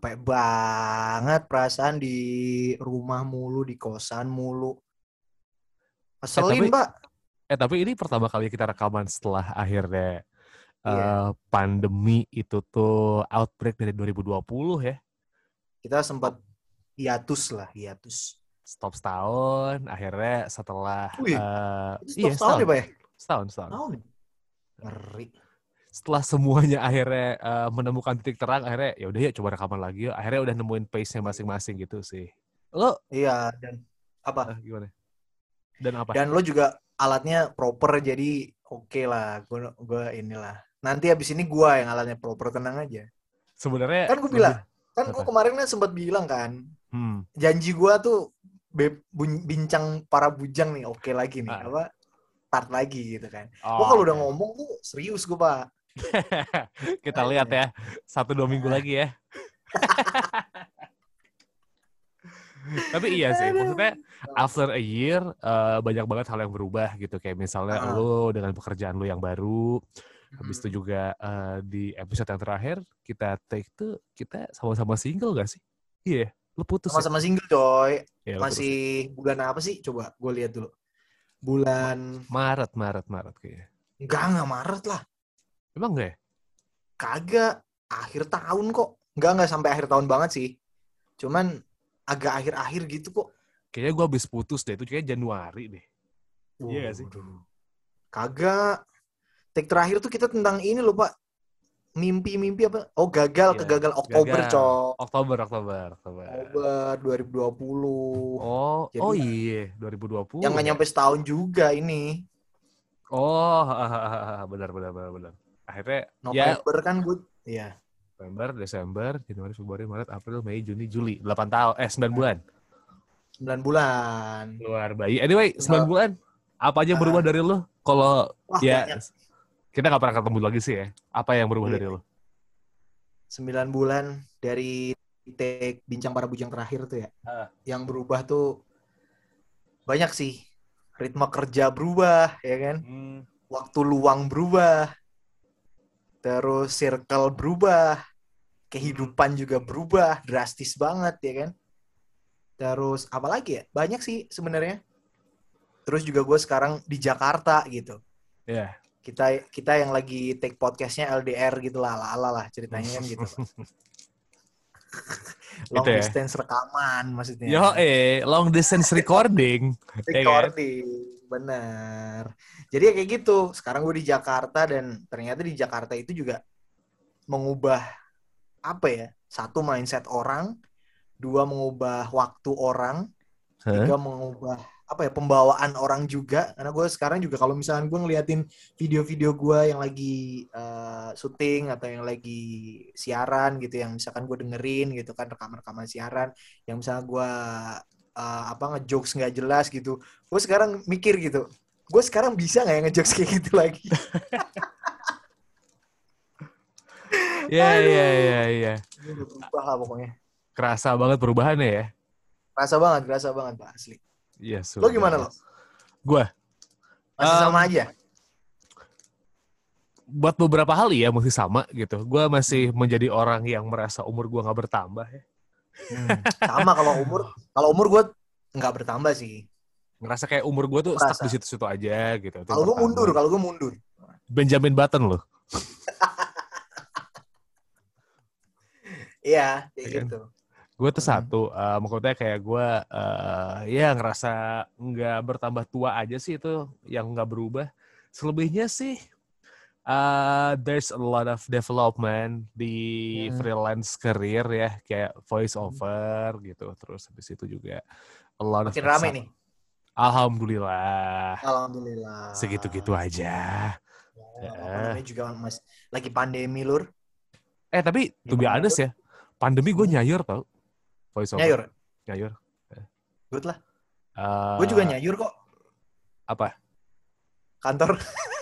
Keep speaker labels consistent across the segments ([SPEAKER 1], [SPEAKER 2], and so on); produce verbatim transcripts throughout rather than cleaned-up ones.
[SPEAKER 1] capek banget perasaan di rumah mulu, di kosan mulu. Ngeselin,
[SPEAKER 2] Eh, tapi,
[SPEAKER 1] Pak.
[SPEAKER 2] eh, tapi ini pertama kali kita rekaman setelah akhirnya
[SPEAKER 1] Iya,
[SPEAKER 2] uh, pandemi itu tuh outbreak dari dua ribu dua puluh ya.
[SPEAKER 1] kita sempat
[SPEAKER 2] Stop,
[SPEAKER 1] hiatus lah, hiatus.
[SPEAKER 2] stop setahun. Akhirnya setelah,
[SPEAKER 1] Wih,
[SPEAKER 2] uh,
[SPEAKER 1] itu
[SPEAKER 2] iya
[SPEAKER 1] stop setahun
[SPEAKER 2] setahun,
[SPEAKER 1] ya, Pak ya?
[SPEAKER 2] setahun, setahun.
[SPEAKER 1] Tahun. Ngeri.
[SPEAKER 2] Setelah semuanya akhirnya uh, menemukan titik terang, akhirnya ya udah ya coba rekaman lagi yuk. Akhirnya udah nemuin pace-nya masing-masing gitu sih. Lo
[SPEAKER 1] Iya, dan
[SPEAKER 2] uh,
[SPEAKER 1] apa?
[SPEAKER 2] gimana? Dan apa?
[SPEAKER 1] Dan lo juga alatnya proper, jadi oke okay lah. Gue gue inilah. Nanti abis ini gue yang alatnya proper, tenang aja.
[SPEAKER 2] Sebenarnya
[SPEAKER 1] Kan gue
[SPEAKER 2] lebih
[SPEAKER 1] bilang, kan gue
[SPEAKER 2] apa?
[SPEAKER 1] kemarin kan sempat bilang kan,
[SPEAKER 2] Hmm.
[SPEAKER 1] janji gue tuh be- bun- bincang para bujang nih, oke okay lagi nih,
[SPEAKER 2] Ah.
[SPEAKER 1] apa? Start lagi gitu kan. Gue
[SPEAKER 2] Oh,
[SPEAKER 1] kalau udah
[SPEAKER 2] okay.
[SPEAKER 1] ngomong tuh serius gue, Pak.
[SPEAKER 2] Kita lihat ya, satu dua minggu lagi ya. Tapi iya sih, maksudnya after a year uh, banyak banget hal yang berubah gitu. Kayak misalnya
[SPEAKER 1] Uh,
[SPEAKER 2] lo dengan pekerjaan lo yang baru, habis
[SPEAKER 1] hmm.
[SPEAKER 2] itu juga uh, di episode yang terakhir kita take tuh kita sama-sama single gak sih? Iya, yeah. Lo putus ya?
[SPEAKER 1] Sama-sama single, coy.
[SPEAKER 2] Iya, lo putus
[SPEAKER 1] Masih
[SPEAKER 2] ya?
[SPEAKER 1] bulan apa sih? Coba gue lihat dulu. Bulan
[SPEAKER 2] Maret, Maret, Maret kayaknya.
[SPEAKER 1] enggak, enggak Maret lah.
[SPEAKER 2] Emang gak ya?
[SPEAKER 1] Kagak, akhir tahun kok. Enggak, enggak sampai akhir tahun banget sih. Cuman agak akhir-akhir gitu kok.
[SPEAKER 2] Kayaknya gue habis putus deh, itu kayaknya Januari deh. Iya gak sih?
[SPEAKER 1] Kagak. Take terakhir tuh kita tentang ini loh, Pak. Mimpi-mimpi apa? Oh, gagal,
[SPEAKER 2] Iya,
[SPEAKER 1] kegagal Oktober,
[SPEAKER 2] gagal.
[SPEAKER 1] Cok.
[SPEAKER 2] Oktober, Oktober, Oktober.
[SPEAKER 1] Oktober dua ribu dua puluh.
[SPEAKER 2] Oh,
[SPEAKER 1] Jadi
[SPEAKER 2] oh iya, dua ribu dua puluh
[SPEAKER 1] yang nggak
[SPEAKER 2] ya?
[SPEAKER 1] nyampe setahun juga ini.
[SPEAKER 2] Oh, benar, benar, benar, benar. Akhirnya, ya,
[SPEAKER 1] November kan gue, iya.
[SPEAKER 2] November, Desember, Januari, Februari, Maret, April, Mei, Juni, Juli. delapan tahun, eh sembilan bulan.
[SPEAKER 1] sembilan bulan.
[SPEAKER 2] Luar bayi. Anyway, sembilan
[SPEAKER 1] Tinggal,
[SPEAKER 2] bulan. Apa aja yang berubah
[SPEAKER 1] uh,
[SPEAKER 2] dari lo? Kalau,
[SPEAKER 1] wah
[SPEAKER 2] ya,
[SPEAKER 1] banyak.
[SPEAKER 2] kita nggak pernah ketemu lagi sih ya. Apa yang berubah
[SPEAKER 1] Iya.
[SPEAKER 2] dari lo?
[SPEAKER 1] sembilan bulan dari take bincang para bujang terakhir tuh ya.
[SPEAKER 2] Uh.
[SPEAKER 1] Yang berubah tuh banyak sih. Ritme kerja berubah, ya kan? Hmm. Waktu luang berubah. Terus circle berubah. Kehidupan juga berubah. Drastis banget, ya kan? Terus apa lagi ya? Banyak sih sebenarnya. Terus juga gue sekarang di Jakarta gitu.
[SPEAKER 2] Iya. Yeah.
[SPEAKER 1] Kita kita yang lagi take podcastnya L D R gitu lah, ala-ala lah ceritanya kan gitu. Long
[SPEAKER 2] gitu
[SPEAKER 1] distance
[SPEAKER 2] ya?
[SPEAKER 1] Rekaman maksudnya.
[SPEAKER 2] Yo eh, long distance recording.
[SPEAKER 1] Recording, ya kan? Bener. Jadi ya kayak gitu. Sekarang gue di Jakarta dan ternyata di Jakarta itu juga mengubah apa ya? Satu, mindset orang. Dua, mengubah waktu orang. Tiga, huh? mengubah apa ya, pembawaan orang juga. Karena gue sekarang juga kalau misalnya gue ngeliatin video-video gue yang lagi uh, syuting atau yang lagi siaran gitu, yang misalkan gue dengerin gitu kan, rekaman-rekaman siaran, yang misalnya gue uh, apa ngejokes nggak jelas gitu, gue sekarang mikir gitu, gue sekarang bisa nggak ya ngejokes kayak gitu lagi?
[SPEAKER 2] Iya iya iya iya.
[SPEAKER 1] Berubah lah pokoknya.
[SPEAKER 2] Kerasa banget perubahannya ya.
[SPEAKER 1] Kerasa banget, kerasa banget Pak, asli.
[SPEAKER 2] Yes,
[SPEAKER 1] lo gimana lo?
[SPEAKER 2] Gue
[SPEAKER 1] masih
[SPEAKER 2] um,
[SPEAKER 1] sama aja.
[SPEAKER 2] Buat beberapa hal ya masih sama gitu. Gue masih hmm. menjadi orang yang merasa umur gue nggak bertambah ya.
[SPEAKER 1] Hmm. Sama kalau umur, kalau umur gue nggak bertambah sih.
[SPEAKER 2] Ngerasa kayak umur gue tuh merasa stuck di situ-situ aja gitu.
[SPEAKER 1] Kalau gue mundur, kalau gue mundur.
[SPEAKER 2] Benjamin Button loh.
[SPEAKER 1] Iya, kayak ya gitu. Kan?
[SPEAKER 2] Gue tuh hmm. satu, uh, maksudnya kayak gue uh, ya ngerasa nggak bertambah tua aja sih, itu yang nggak berubah. Selebihnya sih uh, there's a lot of development di hmm. freelance career ya, kayak voice over hmm. gitu. Terus habis itu juga a lot
[SPEAKER 1] makin
[SPEAKER 2] of
[SPEAKER 1] rame nih.
[SPEAKER 2] Alhamdulillah.
[SPEAKER 1] Alhamdulillah.
[SPEAKER 2] Segitu-gitu aja.
[SPEAKER 1] Ya, ya. Namanya juga mas lagi pandemi lur.
[SPEAKER 2] Eh tapi to be honest ya, pandemi gue nyayur tau. Voice over.
[SPEAKER 1] Nyayur?
[SPEAKER 2] Nyayur.
[SPEAKER 1] Good lah.
[SPEAKER 2] Uh,
[SPEAKER 1] gue juga nyayur kok.
[SPEAKER 2] Apa?
[SPEAKER 1] Kantor.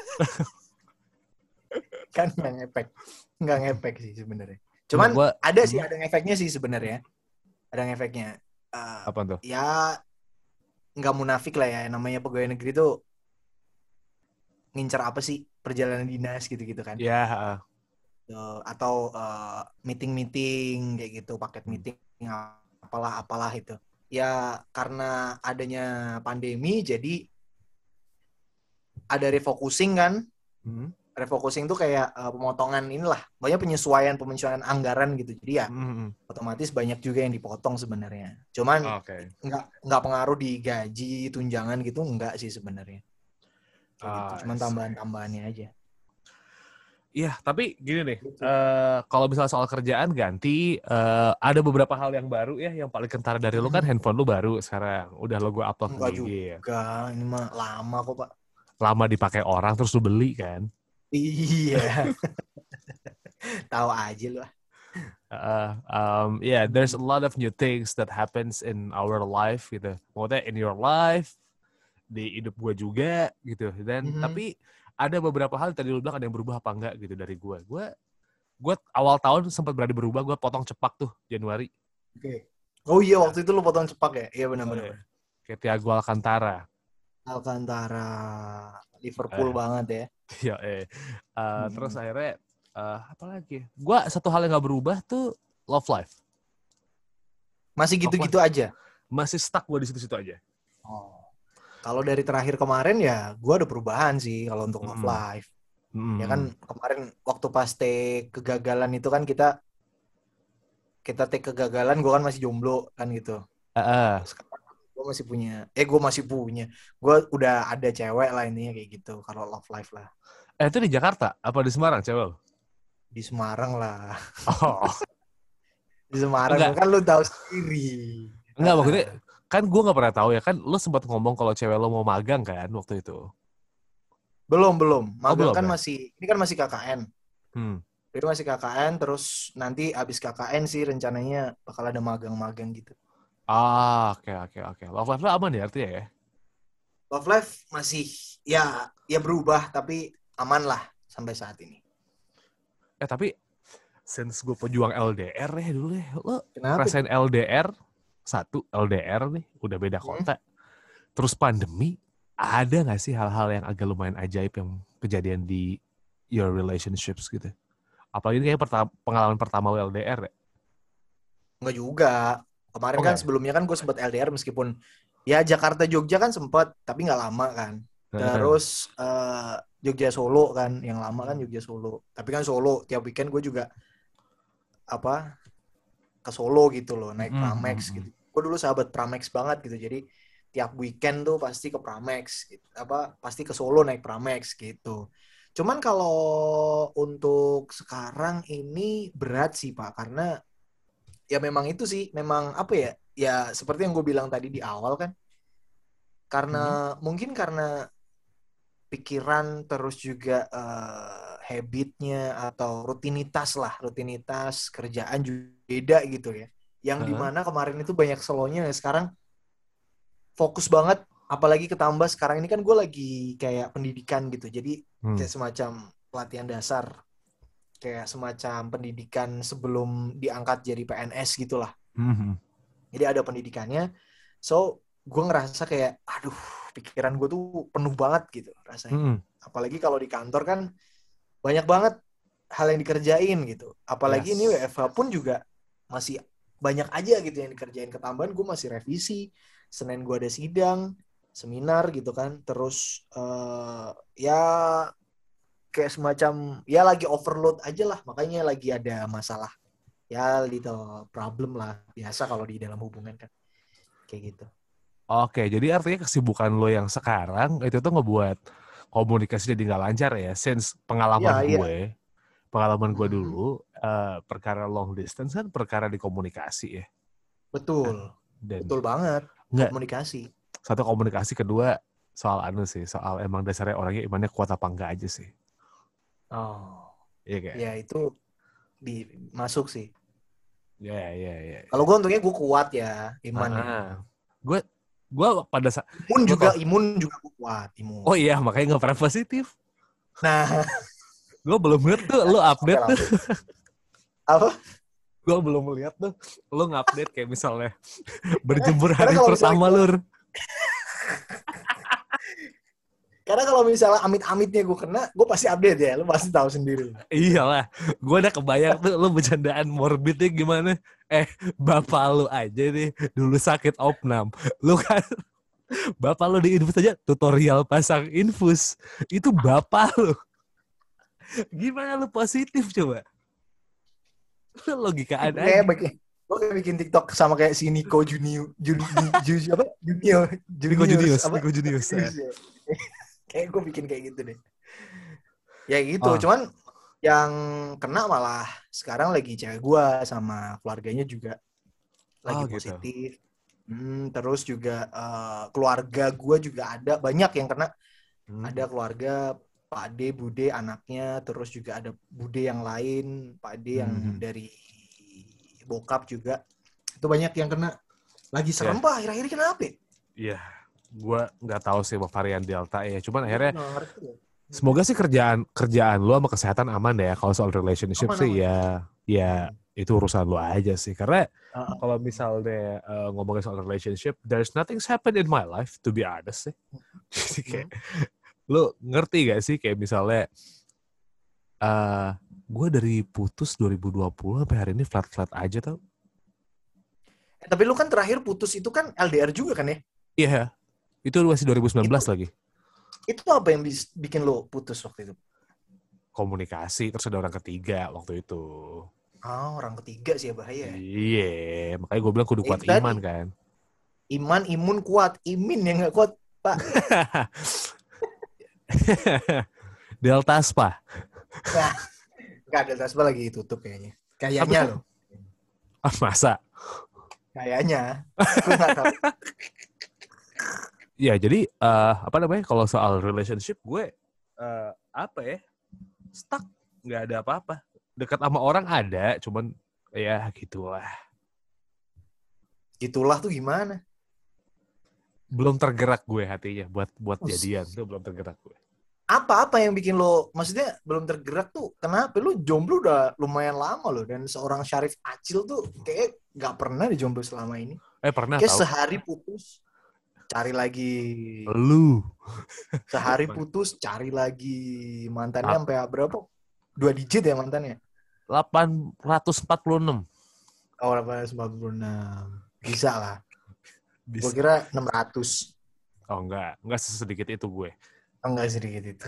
[SPEAKER 1] Kan nggak ngefek. Nggak ngefek sih sebenarnya. Cuman gua, ada sih, ada ngefeknya sih sebenarnya. Ada ngefeknya. Uh,
[SPEAKER 2] apa tuh?
[SPEAKER 1] Ya nggak munafik lah ya. Namanya pegawai negeri tuh ngincer apa sih? Perjalanan dinas gitu-gitu kan.
[SPEAKER 2] Iya. Yeah.
[SPEAKER 1] Uh, atau uh, meeting-meeting kayak gitu, paket
[SPEAKER 2] Hmm.
[SPEAKER 1] meeting apalah-apalah itu. Ya karena adanya pandemi jadi ada refocusing kan.
[SPEAKER 2] Hmm.
[SPEAKER 1] Refocusing tuh kayak uh, pemotongan inilah, banyak penyesuaian penyesuaian anggaran gitu. Jadi ya
[SPEAKER 2] Hmm.
[SPEAKER 1] otomatis banyak juga yang dipotong sebenarnya. Cuman
[SPEAKER 2] Oke.
[SPEAKER 1] nggak nggak pengaruh di gaji, tunjangan gitu, enggak sih sebenarnya. Kayak gitu.
[SPEAKER 2] Ah,
[SPEAKER 1] Cuman
[SPEAKER 2] I see.
[SPEAKER 1] tambahan-tambahannya aja.
[SPEAKER 2] Iya, tapi gini nih,
[SPEAKER 1] Gitu.
[SPEAKER 2] uh, kalau misalnya soal kerjaan ganti, uh, ada beberapa hal yang baru ya, yang paling kentara dari lu kan
[SPEAKER 1] Hmm.
[SPEAKER 2] handphone lu baru sekarang, udah lo gue upload ke
[SPEAKER 1] Enggak
[SPEAKER 2] G G ya.
[SPEAKER 1] juga, ini mah lama kok Pak.
[SPEAKER 2] Lama dipakai orang terus lu beli kan?
[SPEAKER 1] Iya, tahu aja lu.
[SPEAKER 2] Uh, um, yeah, there's a lot of new things that happens in our life gitu. Maksudnya in your life, di hidup gue juga gitu. Dan
[SPEAKER 1] Mm-hmm.
[SPEAKER 2] tapi ada beberapa hal tadi lu bilang ada yang berubah apa enggak gitu dari gue. Gue gue awal tahun sempat berani berubah, gue potong cepak tuh Januari.
[SPEAKER 1] Oke. Okay. Oh iya, waktu itu lu potong cepak ya? Iya benar-benar.
[SPEAKER 2] Oh, iya. Kayak Thiago Alcantara.
[SPEAKER 1] Alcantara, Liverpool
[SPEAKER 2] Eh.
[SPEAKER 1] banget ya.
[SPEAKER 2] Ya, eh. Uh,
[SPEAKER 1] Hmm.
[SPEAKER 2] Terus akhirnya uh, apa lagi? Gue satu hal yang nggak berubah tuh love life.
[SPEAKER 1] Masih gitu-gitu aja?
[SPEAKER 2] Masih stuck gue di situ-situ aja.
[SPEAKER 1] Oh. Kalau dari terakhir kemarin ya, gue ada perubahan sih kalau untuk love
[SPEAKER 2] Mm.
[SPEAKER 1] life.
[SPEAKER 2] Mm.
[SPEAKER 1] Ya kan kemarin waktu pas take kegagalan itu kan kita kita take kegagalan, gue kan masih jomblo kan gitu.
[SPEAKER 2] Uh-uh.
[SPEAKER 1] Sekarang gue masih punya, eh gue masih punya, gue udah ada cewek lah intinya kayak gitu. Kalau love life lah.
[SPEAKER 2] Eh itu di Jakarta apa di Semarang cewek?
[SPEAKER 1] Di Semarang lah.
[SPEAKER 2] Oh.
[SPEAKER 1] Di Semarang
[SPEAKER 2] Enggak.
[SPEAKER 1] kan lu tahu sendiri.
[SPEAKER 2] Enggak, maksudnya kan gue nggak pernah tahu ya kan. Lu sempat ngomong kalau cewek lo mau magang kan waktu itu.
[SPEAKER 1] Belum belum. Magang
[SPEAKER 2] Oh, belum,
[SPEAKER 1] kan
[SPEAKER 2] ya?
[SPEAKER 1] masih, ini kan masih K K N.
[SPEAKER 2] Hmm.
[SPEAKER 1] Itu masih K K N, terus nanti abis K K N sih rencananya bakal ada magang-magang gitu.
[SPEAKER 2] Ah, oke oke oke. Love life lo aman ya artinya ya?
[SPEAKER 1] Love life masih ya ya berubah tapi aman lah sampai saat ini.
[SPEAKER 2] Eh tapi since gue pejuang L D R ya dulu ya, lo
[SPEAKER 1] Kenapa?
[SPEAKER 2] rasain L D R satu L D R nih udah beda kota, hmm. terus pandemi, ada nggak sih hal-hal yang agak lumayan ajaib yang kejadian di your relationships gitu? Apalagi ini kayak pertama, pengalaman pertama L D R ya?
[SPEAKER 1] Enggak juga. Kemarin
[SPEAKER 2] oh,
[SPEAKER 1] kan
[SPEAKER 2] ya?
[SPEAKER 1] sebelumnya kan gue sempat L D R meskipun ya Jakarta Jogja kan sempat tapi nggak lama kan. Terus uh, Jogja Solo kan, yang lama kan Jogja Solo. Tapi kan Solo tiap weekend gue juga apa ke Solo gitu loh, naik Pramex gitu. Gue dulu sahabat Pramex banget gitu. Jadi tiap weekend tuh pasti ke Pramex gitu. Apa pasti ke Solo naik Pramex gitu. Cuman kalau untuk sekarang ini berat sih Pak, karena ya memang itu sih, memang apa ya? Ya seperti yang gue bilang tadi di awal kan. Karena hmm. mungkin karena pikiran terus juga uh, habitnya atau rutinitas lah, rutinitas kerjaan juga beda gitu ya. Yang uh-huh. dimana kemarin itu banyak slow-nya, sekarang fokus banget, apalagi ketambah sekarang ini kan gue lagi kayak pendidikan gitu, jadi hmm. kayak semacam pelatihan dasar, kayak semacam pendidikan sebelum diangkat jadi P N S gitulah. Hmm. Jadi ada pendidikannya, so gue ngerasa kayak, aduh, pikiran gue tuh penuh banget gitu rasanya. Hmm. Apalagi kalau di kantor kan banyak banget hal yang dikerjain gitu. Apalagi yes. ini W F H pun juga masih banyak aja gitu yang dikerjain. Ketambahan gue masih revisi. Senin gue ada sidang, seminar gitu kan. Terus uh, ya kayak semacam ya lagi overload aja lah. Makanya lagi ada masalah. Ya little problem lah. Biasa kalau di dalam hubungan kan. Kayak gitu.
[SPEAKER 2] Oke, jadi artinya kesibukan lo yang sekarang itu tuh ngebuat komunikasi jadi nggak lancar ya. Since pengalaman ya, gue, ya. pengalaman gue hmm. dulu, uh, perkara long distance kan perkara di komunikasi ya.
[SPEAKER 1] Betul, Dan betul banget. Enggak, komunikasi.
[SPEAKER 2] Satu komunikasi, kedua soal anu sih, soal emang dasarnya orangnya imannya kuat apa enggak aja sih.
[SPEAKER 1] Oh,
[SPEAKER 2] iya kan?
[SPEAKER 1] Ya itu di, masuk sih.
[SPEAKER 2] Ya, ya, ya.
[SPEAKER 1] Kalau gue untungnya gue kuat ya imannya.
[SPEAKER 2] Ah, gue gue pada saat
[SPEAKER 1] imun juga tau, imun juga kuat imun.
[SPEAKER 2] Oh iya, makanya nggak pernah positif.
[SPEAKER 1] Nah,
[SPEAKER 2] gue belum lihat tuh lo update tuh.
[SPEAKER 1] Apa?
[SPEAKER 2] Gue belum lihat tuh lo ngupdate kayak misalnya berjemur hari pertama lur.
[SPEAKER 1] Karena kalau misalnya amit-amitnya gue kena, gue pasti update ya. Lu pasti tahu sendiri.
[SPEAKER 2] Iyalah, gue udah kebayang tuh lu bercandaan morbidnya gimana. Eh, bapak lu aja nih dulu sakit opnam. Lu kan, bapak lu di infus aja tutorial pasang infus. Itu bapak lu. Gimana lu positif coba? Lu logikaan aja.
[SPEAKER 1] Kayak bikin, gue kayak bikin TikTok sama kayak si Nico Junior, Junior, Junior apa? Junior,
[SPEAKER 2] Nico Junius,
[SPEAKER 1] apa?
[SPEAKER 2] Nico Junius. Ya.
[SPEAKER 1] Kayak gue bikin kayak gitu deh. Ya gitu,
[SPEAKER 2] Oh.
[SPEAKER 1] cuman yang kena malah sekarang lagi cewek gue sama keluarganya juga lagi
[SPEAKER 2] Oh,
[SPEAKER 1] positif.
[SPEAKER 2] gitu.
[SPEAKER 1] Hmm, terus juga uh, keluarga gue juga ada banyak yang kena.
[SPEAKER 2] Hmm.
[SPEAKER 1] Ada keluarga Pak D, Bude, anaknya, terus juga ada Bude yang lain, Pak D yang
[SPEAKER 2] Hmm.
[SPEAKER 1] dari bokap juga. Itu banyak yang kena. Lagi serem
[SPEAKER 2] Yeah.
[SPEAKER 1] Pak, akhir-akhir ini kenapa?
[SPEAKER 2] Iya, yeah. Gue nggak tahu sih varian Delta ya. Cuman akhirnya
[SPEAKER 1] Nggak ngerti ya.
[SPEAKER 2] semoga sih kerjaan kerjaan lu sama kesehatan aman ya. Kalau soal relationship
[SPEAKER 1] Aman,
[SPEAKER 2] sih
[SPEAKER 1] aman.
[SPEAKER 2] ya ya
[SPEAKER 1] Hmm.
[SPEAKER 2] itu urusan lu aja sih. Karena
[SPEAKER 1] Uh,
[SPEAKER 2] kalau misalnya uh, ngomongin soal relationship, there's nothing's happened in my life to be honest sih. Jadi kayak lu ngerti gak sih kayak misalnya uh, gue dari putus dua ribu dua puluh sampai hari ini flat-flat aja tau.
[SPEAKER 1] eh, tapi lu kan terakhir putus itu kan L D R juga kan ya?
[SPEAKER 2] Iya, yeah, itu masih dua ribu sembilan belas
[SPEAKER 1] Itu-
[SPEAKER 2] lagi.
[SPEAKER 1] Itu apa yang bis- bikin lu putus waktu itu?
[SPEAKER 2] Komunikasi, terus ada orang ketiga waktu itu.
[SPEAKER 1] Ah, orang ketiga sih ya bahaya.
[SPEAKER 2] Iya, makanya gue bilang kudu kuat
[SPEAKER 1] Eh,
[SPEAKER 2] iman
[SPEAKER 1] tadi-
[SPEAKER 2] kan.
[SPEAKER 1] Iman, imun kuat, imin yang nggak kuat, Pak.
[SPEAKER 2] Delta Spa.
[SPEAKER 1] Nah, nggak ada tasbah lagi tutup kayaknya. Kayaknya
[SPEAKER 2] Apa?
[SPEAKER 1] loh.
[SPEAKER 2] Ah, masa?
[SPEAKER 1] Kayaknya. Aku nggak tahu.
[SPEAKER 2] Ya jadi uh, apa namanya kalau soal relationship gue uh, apa ya stuck, nggak ada apa-apa. Dekat sama orang ada, cuman ya gitulah.
[SPEAKER 1] Gitulah tuh gimana?
[SPEAKER 2] Belum tergerak gue hatinya buat buat jadian tuh belum tergerak gue.
[SPEAKER 1] Apa-apa yang bikin lo, maksudnya belum tergerak tuh, kenapa? Lu jomblo udah lumayan lama loh, dan seorang Syarif Acil tuh kayak nggak pernah di jomblo selama ini.
[SPEAKER 2] Eh pernah
[SPEAKER 1] Kayak
[SPEAKER 2] tahu?
[SPEAKER 1] sehari putus, cari lagi.
[SPEAKER 2] Lu.
[SPEAKER 1] Sehari putus, cari lagi. Mantannya
[SPEAKER 2] Ah.
[SPEAKER 1] sampai berapa? Dua digit ya mantannya?
[SPEAKER 2] delapan ratus empat puluh enam.
[SPEAKER 1] Oh, delapan ratus empat puluh enam. Bisa lah.
[SPEAKER 2] Bisa.
[SPEAKER 1] Gue kira enam ratus.
[SPEAKER 2] Oh enggak, enggak sesedikit itu gue.
[SPEAKER 1] Enggak sedikit itu.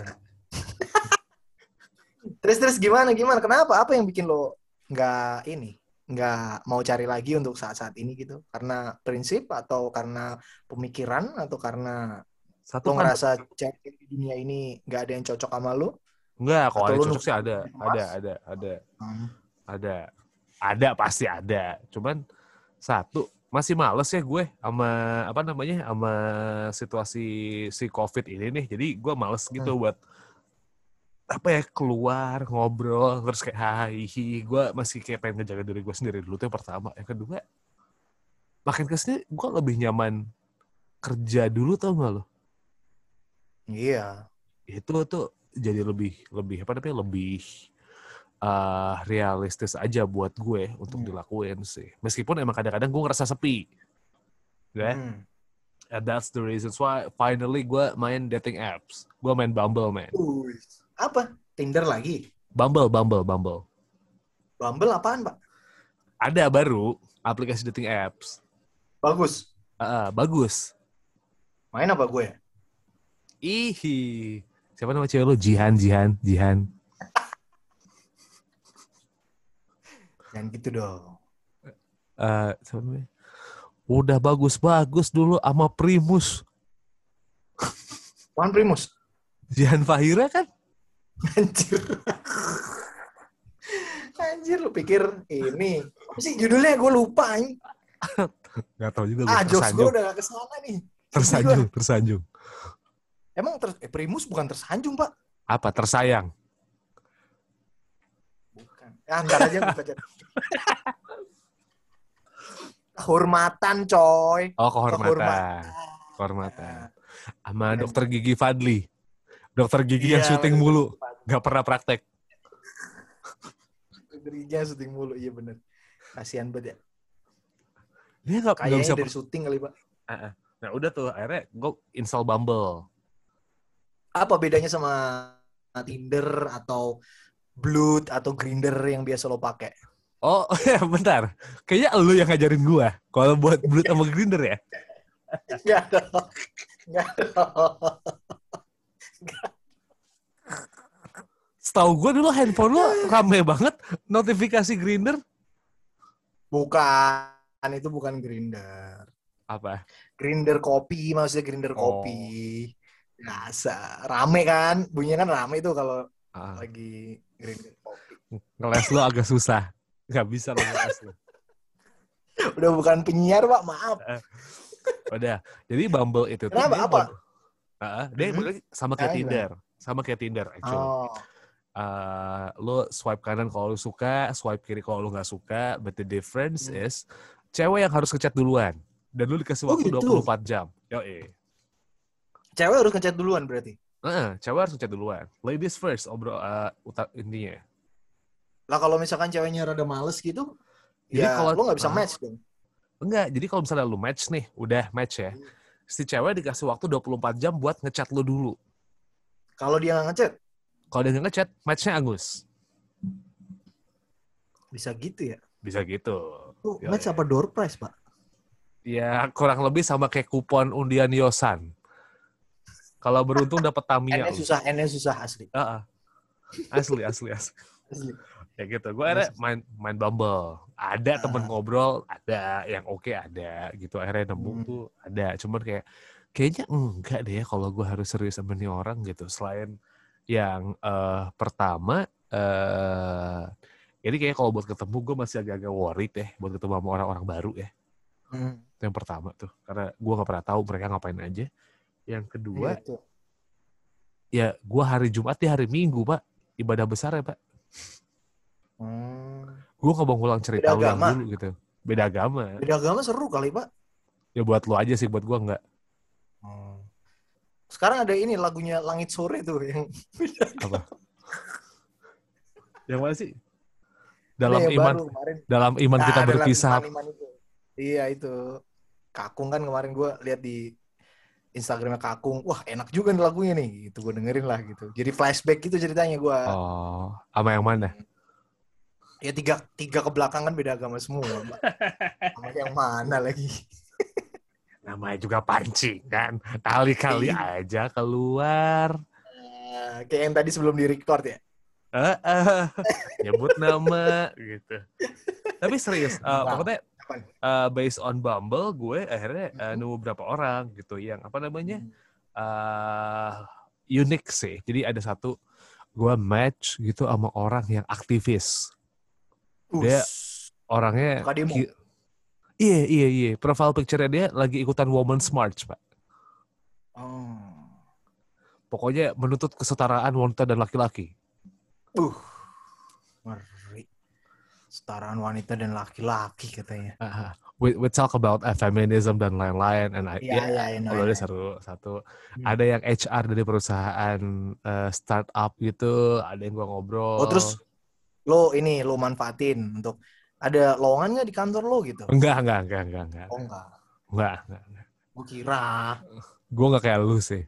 [SPEAKER 1] terus terus gimana gimana? Kenapa? Apa yang bikin lo nggak ini? Nggak mau cari lagi untuk saat-saat ini gitu? Karena prinsip atau karena pemikiran atau karena
[SPEAKER 2] Satu
[SPEAKER 1] lo
[SPEAKER 2] kan
[SPEAKER 1] ngerasa cewek di dunia ini nggak ada yang cocok sama lo?
[SPEAKER 2] enggak, kalau
[SPEAKER 1] Atau
[SPEAKER 2] ada
[SPEAKER 1] lu
[SPEAKER 2] cocok sih ada,
[SPEAKER 1] nunggu
[SPEAKER 2] ada,
[SPEAKER 1] emas?
[SPEAKER 2] ada, ada,
[SPEAKER 1] Hmm.
[SPEAKER 2] ada, ada pasti ada. Cuman satu masih males ya gue sama apa namanya sama situasi si COVID ini nih. Jadi gue males gitu
[SPEAKER 1] Hmm.
[SPEAKER 2] buat apa ya keluar ngobrol terus kayak hai, gue masih kayak pengen ngejaga diri gue sendiri dulu tuh yang pertama. Yang kedua, makin kesini gue lebih nyaman kerja dulu tau gak lo?
[SPEAKER 1] Iya.
[SPEAKER 2] Itu tuh jadi lebih lebih apa namanya lebih uh, realistis aja buat gue untuk
[SPEAKER 1] Hmm.
[SPEAKER 2] dilakuin sih. Meskipun emang kadang-kadang gue ngerasa sepi, ya.
[SPEAKER 1] Hmm.
[SPEAKER 2] And that's the reason why finally gue main dating apps. Gue main Bumble, man.
[SPEAKER 1] Uy. Apa? Tinder lagi?
[SPEAKER 2] Bumble, Bumble, Bumble.
[SPEAKER 1] Bumble apaan, Pak?
[SPEAKER 2] Ada baru aplikasi dating apps.
[SPEAKER 1] Bagus.
[SPEAKER 2] Uh, bagus.
[SPEAKER 1] Main apa gue?
[SPEAKER 2] Ihi. Siapa nama cewek lu? Jihan, Jihan, Jihan.
[SPEAKER 1] Jangan gitu dong.
[SPEAKER 2] Uh, siapa namanya? Udah bagus-bagus dulu sama Primus.
[SPEAKER 1] Wan Primus.
[SPEAKER 2] Jihan Fahira kan?
[SPEAKER 1] Anjir. Anjir, lu pikir ini. Apa sih judulnya? Gue lupa. Ini.
[SPEAKER 2] Gak tau juga gue.
[SPEAKER 1] Ah, jokes gue
[SPEAKER 2] Tersanjung.
[SPEAKER 1] udah gak kesana nih.
[SPEAKER 2] Tersanjung, tersanjung.
[SPEAKER 1] Emang ter eh, Primus bukan tersanjung, Pak?
[SPEAKER 2] Apa? Tersayang.
[SPEAKER 1] Bukan. Ya, ntar aja gue baca. Kehormatan, coy.
[SPEAKER 2] Oh, kehormatan.
[SPEAKER 1] Kehormatan.
[SPEAKER 2] Kehormatan. Sama dokter Gigi Fadli. Dokter Gigi
[SPEAKER 1] Iya,
[SPEAKER 2] yang syuting
[SPEAKER 1] bener.
[SPEAKER 2] mulu. Gak pernah praktek.
[SPEAKER 1] Dirinya syuting mulu, iya bener. Kasihan banget ya.
[SPEAKER 2] Dia gak, gak
[SPEAKER 1] Kayaknya
[SPEAKER 2] bisa...
[SPEAKER 1] dari syuting kali, Pak.
[SPEAKER 2] Nah udah tuh, akhirnya gue install Bumble.
[SPEAKER 1] Apa bedanya sama Tinder atau Blood atau Grindr yang biasa lo pakai?
[SPEAKER 2] Oh, ya bentar. Kayaknya lu yang ngajarin gua kalau buat Blood sama Grindr ya.
[SPEAKER 1] Enggak dong. Enggak dong.
[SPEAKER 2] Setahu gua dulu handphone lu rame banget notifikasi Grindr.
[SPEAKER 1] Bukan, itu bukan Grindr.
[SPEAKER 2] Apa?
[SPEAKER 1] Grindr kopi, maksudnya Grindr
[SPEAKER 2] Oh.
[SPEAKER 1] kopi. Biasa, rame kan? Bunyinya kan rame itu kalau
[SPEAKER 2] Ah.
[SPEAKER 1] lagi Grindr kopi.
[SPEAKER 2] Ngeles lu agak susah. Gak bisa lu ngeles lu.
[SPEAKER 1] Udah bukan penyiar, Pak, maaf.
[SPEAKER 2] Udah. Jadi Bumble itu tuh
[SPEAKER 1] Kenapa?
[SPEAKER 2] dia
[SPEAKER 1] Apa?
[SPEAKER 2] mod- Ah, dia
[SPEAKER 1] Hmm?
[SPEAKER 2] model sama kayak
[SPEAKER 1] Ah,
[SPEAKER 2] Tinder. Sama kayak Tinder actually.
[SPEAKER 1] Oh.
[SPEAKER 2] Uh, lo swipe kanan kalau lo suka, swipe kiri kalau lo nggak suka, but the difference
[SPEAKER 1] Hmm.
[SPEAKER 2] is cewek yang harus ngechat duluan dan lo dikasih
[SPEAKER 1] Oh,
[SPEAKER 2] waktu
[SPEAKER 1] gitu?
[SPEAKER 2] dua puluh empat jam. Yo, eh.
[SPEAKER 1] Cewek harus ngechat duluan berarti?
[SPEAKER 2] Uh, cewek harus ngechat duluan. Ladies first, obrol uh, uta, intinya.
[SPEAKER 1] Lah kalau misalkan ceweknya rada males gitu,
[SPEAKER 2] Jadi
[SPEAKER 1] ya
[SPEAKER 2] kalau-
[SPEAKER 1] lo nggak bisa
[SPEAKER 2] ah.
[SPEAKER 1] match dong.
[SPEAKER 2] Enggak, jadi kalau misalnya lo match nih, udah match ya. Si cewek dikasih waktu dua puluh empat jam buat ngechat lo dulu.
[SPEAKER 1] Kalau dia nggak ngechat,
[SPEAKER 2] Kalau dia nggak ngechat, matchnya angus.
[SPEAKER 1] bisa gitu ya?
[SPEAKER 2] Bisa gitu.
[SPEAKER 1] Oh,
[SPEAKER 2] Yo,
[SPEAKER 1] match
[SPEAKER 2] eh.
[SPEAKER 1] apa door prize, Pak?
[SPEAKER 2] Ya kurang lebih sama kayak kupon undian Yosan. Kalau beruntung dapat Tamiya.
[SPEAKER 1] N-nya susah, N-nya susah asli.
[SPEAKER 2] Uh-uh. Asli, asli, asli.
[SPEAKER 1] Asli.
[SPEAKER 2] Ya gitu. Gue akhirnya main main Bumble. Ada temen
[SPEAKER 1] Ah.
[SPEAKER 2] ngobrol, ada yang oke ada gitu. Akhirnya nemu
[SPEAKER 1] Hmm.
[SPEAKER 2] tuh ada. Cuman kayak kayaknya enggak deh ya kalau gue harus serius sama nih orang gitu. Selain yang eh, pertama, eh ini kayak kalau buat ketemu gue masih agak-agak worried deh buat ketemu sama orang-orang baru ya.
[SPEAKER 1] Hmm.
[SPEAKER 2] Itu yang pertama tuh. Karena gue nggak pernah tahu mereka ngapain aja. Yang kedua,
[SPEAKER 1] Iya tuh.
[SPEAKER 2] ya gue hari Jumat di hari Minggu, Pak. Ibadah besar ya, Pak.
[SPEAKER 1] Hmm.
[SPEAKER 2] Gue nggak mau ngulang cerita
[SPEAKER 1] Beda
[SPEAKER 2] lu yang
[SPEAKER 1] agama.
[SPEAKER 2] dulu gitu. Beda agama.
[SPEAKER 1] Beda agama seru kali, Pak.
[SPEAKER 2] Ya buat lu aja sih, buat gue nggak.
[SPEAKER 1] Hmm. Sekarang ada ini lagunya Langit Sore tuh yang
[SPEAKER 2] Apa? Yang mana sih? Dalam
[SPEAKER 1] Nih, yang
[SPEAKER 2] iman,
[SPEAKER 1] baru kemarin.
[SPEAKER 2] dalam iman
[SPEAKER 1] Nah,
[SPEAKER 2] kita
[SPEAKER 1] ada lagu
[SPEAKER 2] berpisah.
[SPEAKER 1] Iman-Iman itu. Iya itu. Kakung kan kemarin gue lihat di Instagramnya Kakung. Wah enak juga nih lagunya nih. Gitu gue dengerin lah gitu. Jadi flashback gitu ceritanya gue.
[SPEAKER 2] Oh, sama yang mana?
[SPEAKER 1] Ya tiga tiga ke belakang kan beda agama semua, Mbak. Sama yang mana lagi?
[SPEAKER 2] Namanya juga pancing kan. Kali-kali
[SPEAKER 1] Iya.
[SPEAKER 2] aja keluar.
[SPEAKER 1] Uh, kayak yang tadi sebelum di record ya.
[SPEAKER 2] Eh, eh, nyebut nama gitu. Tapi serius, uh,
[SPEAKER 1] Wow.
[SPEAKER 2] pokoknya
[SPEAKER 1] Apaan?
[SPEAKER 2] uh, based on Bumble, gue akhirnya uh, nemu beberapa orang gitu yang apa namanya uh, unik sih. Jadi ada satu gue match gitu sama orang yang aktivis. Dia
[SPEAKER 1] Us.
[SPEAKER 2] orangnya
[SPEAKER 1] Suka demo.
[SPEAKER 2] ki- iya iya iya. Profile picture-nya dia lagi ikutan Women's March, Pak.
[SPEAKER 1] Oh.
[SPEAKER 2] Pokoknya menuntut kesetaraan wanita dan laki-laki.
[SPEAKER 1] Uh. Ngeri. Setaraan wanita dan laki-laki katanya.
[SPEAKER 2] Uh, we, we talk about uh, feminism dan lain-lain. And I,
[SPEAKER 1] Iya,
[SPEAKER 2] yeah,
[SPEAKER 1] iya, iya,
[SPEAKER 2] kalau
[SPEAKER 1] iya.
[SPEAKER 2] dia seru satu.
[SPEAKER 1] Hmm.
[SPEAKER 2] Ada yang H R dari perusahaan uh, startup gitu. Ada yang gua ngobrol.
[SPEAKER 1] Oh terus lo ini lo manfaatin untuk ada lowongan nggak di kantor lo gitu?
[SPEAKER 2] Enggak, enggak, enggak, enggak, enggak.
[SPEAKER 1] Oh enggak.
[SPEAKER 2] Enggak, enggak, enggak.
[SPEAKER 1] Gue kira.
[SPEAKER 2] Gue enggak kayak lu sih.